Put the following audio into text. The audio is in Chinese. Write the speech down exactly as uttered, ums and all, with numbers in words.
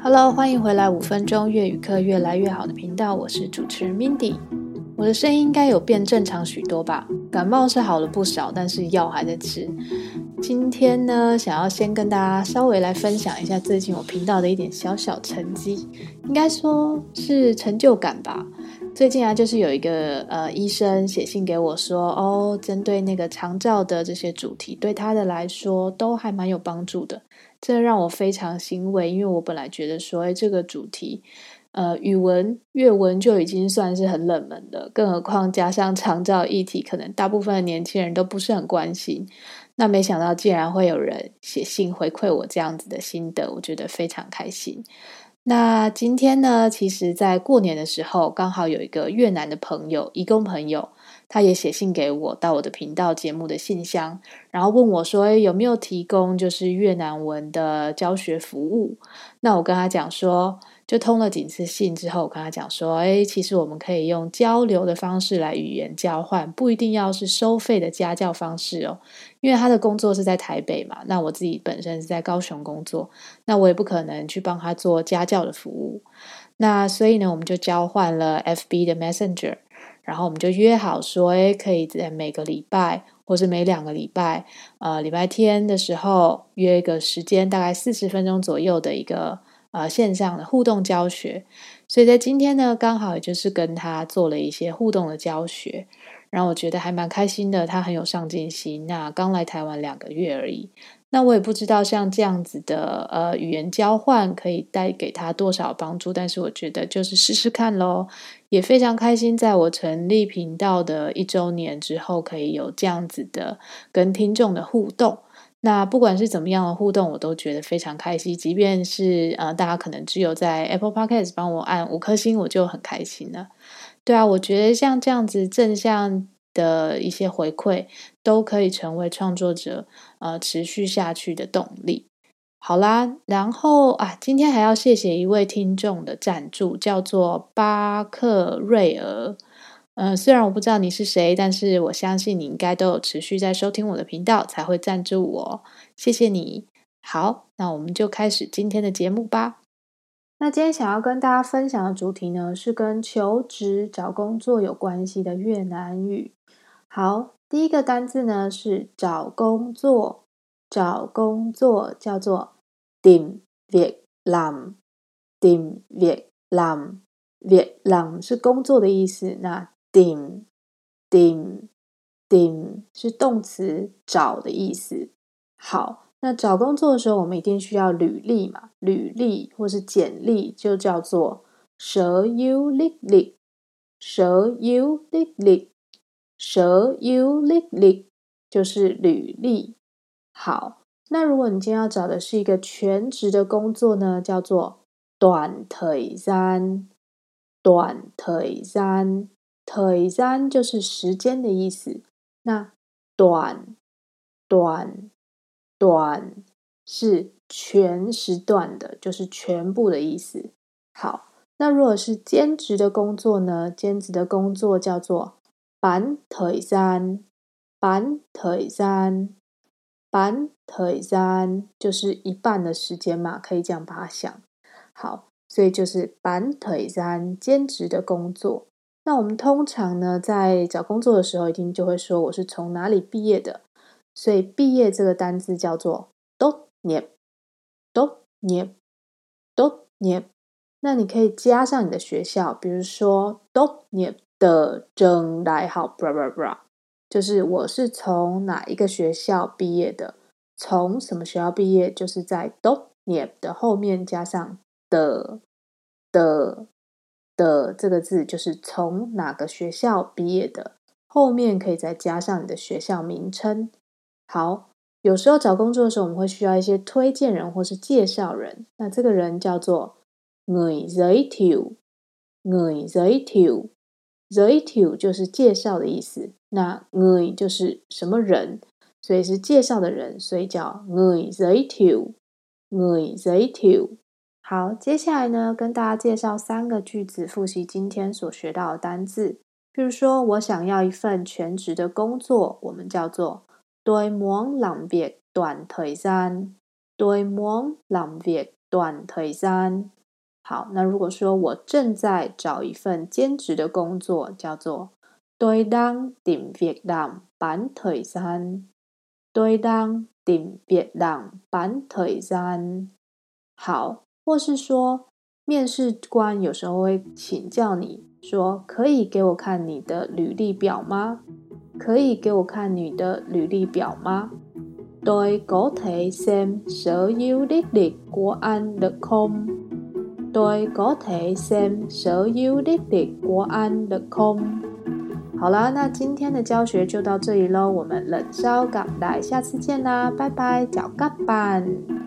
Hello，欢迎回来五分钟粤语课越来越好的频道，我是主持人 Mindy。我的声音应该有变正常许多吧？感冒是好了不少，但是药还在吃。今天呢，想要先跟大家稍微来分享一下最近我频道的一点小小成绩，应该说是成就感吧。最近啊，就是有一个呃医生写信给我说，哦，针对那个长照的这些主题，对他的来说都还蛮有帮助的。这让我非常欣慰，因为我本来觉得说，哎，这个主题，呃，语文、粤文就已经算是很冷门的，更何况加上长照议题，可能大部分的年轻人都不是很关心。那没想到竟然会有人写信回馈我这样子的心得，我觉得非常开心。那今天呢，其实在过年的时候，刚好有一个越南的朋友，移工朋友，他也写信给我到我的频道节目的信箱，然后问我说，诶，有没有提供就是越南文的教学服务？那我跟他讲说，就通了几次信之后，我跟他讲说，诶，其实我们可以用交流的方式来语言交换，不一定要是收费的家教方式哦。因为他的工作是在台北嘛，那我自己本身是在高雄工作，那我也不可能去帮他做家教的服务。那所以呢，我们就交换了 F B 的 Messenger，然后我们就约好说，诶，可以在每个礼拜或是每两个礼拜，呃，礼拜天的时候约一个时间，大概四十分钟左右的一个呃线上的互动教学。所以在今天呢，刚好也就是跟他做了一些互动的教学。然后我觉得还蛮开心的，他很有上进心。那刚来台湾两个月而已，那我也不知道像这样子的呃语言交换可以带给他多少帮助，但是我觉得就是试试看咯。也非常开心，在我成立频道的一周年之后，可以有这样子的跟听众的互动。那不管是怎么样的互动，我都觉得非常开心。即便是呃大家可能只有在 Apple Podcast 帮我按五颗星，我就很开心了。对啊，我觉得像这样子正向的一些回馈，都可以成为创作者呃持续下去的动力。好啦，然后啊，今天还要谢谢一位听众的赞助，叫做巴克瑞尔。呃，虽然我不知道你是谁，但是我相信你应该都有持续在收听我的频道，才会赞助我，谢谢你。好，那我们就开始今天的节目吧。那今天想要跟大家分享的主题呢，是跟求职、找工作有关系的越南语。好，第一个单字呢是找工作，找工作叫做 tìm việc làm，tìm việc làm，việc làm 是工作的意思，那 tìm tìm tìm 是动词找的意思。好。那找工作的时候，我们一定需要履历嘛？履历或是简历就叫做 sở yêu lịch lịch，sở yêu lịch lịch，sở yêu lịch lịch 就是履历。好，那如果你今天要找的是一个全职的工作呢，叫做短thời gian，短thời gian，thời gian 就是时间的意思。那短短短是全时段的，就是全部的意思。好，那如果是兼职的工作呢？兼职的工作叫做 bán thời gian，bán thời gian，bán thời gian 就是一半的时间嘛，可以这样把它想。好，所以就是 bán thời gian 兼职的工作。那我们通常呢，在找工作的时候，一定就会说我是从哪里毕业的。所以毕业这个单字叫做 tốt nghiệp，tốt nghiệp，tốt nghiệp。那你可以加上你的学校，比如说 tốt nghiệp 的trường đại học blah blah blah，就是我是从哪一个学校毕业的，从什么学校毕业，就是在 tốt nghiệp 的后面加上的的的这个字，就是从哪个学校毕业的，后面可以再加上你的学校名称。好，有时候找工作的时候，我们会需要一些推荐人或是介绍人。那这个人叫做 người giới thiệu，người giới thiệu，giới thiệu 就是介绍的意思。那 người 就是什么人，所以是介绍的人，所以叫 người giới thiệu，người giới thiệu。好，接下来呢，跟大家介绍三个句子，复习今天所学到的单字。譬如说，我想要一份全职的工作，我们叫做Tôi muốn làm việc toàn thời gian. Tôi muốn làm việc toàn thời gian。好，那如果说我正在找一份兼职的工作，叫做 Tôi đang tìm việc làm bán thời gian。Tôi đang tìm việc làm bán thời gian。好，或是说面试官有时候会请教你说，可以给我看你的履历表吗？可以给我看你的履历表吗？ Tôi có thể xem sở du lịch lịch của anh được không? Tôi có thể xem sở du lịch lịch của anh được không? 好啦，那今天的教学就到这里咯，我们冷烧港来，下次见啦，拜拜，腳甲板。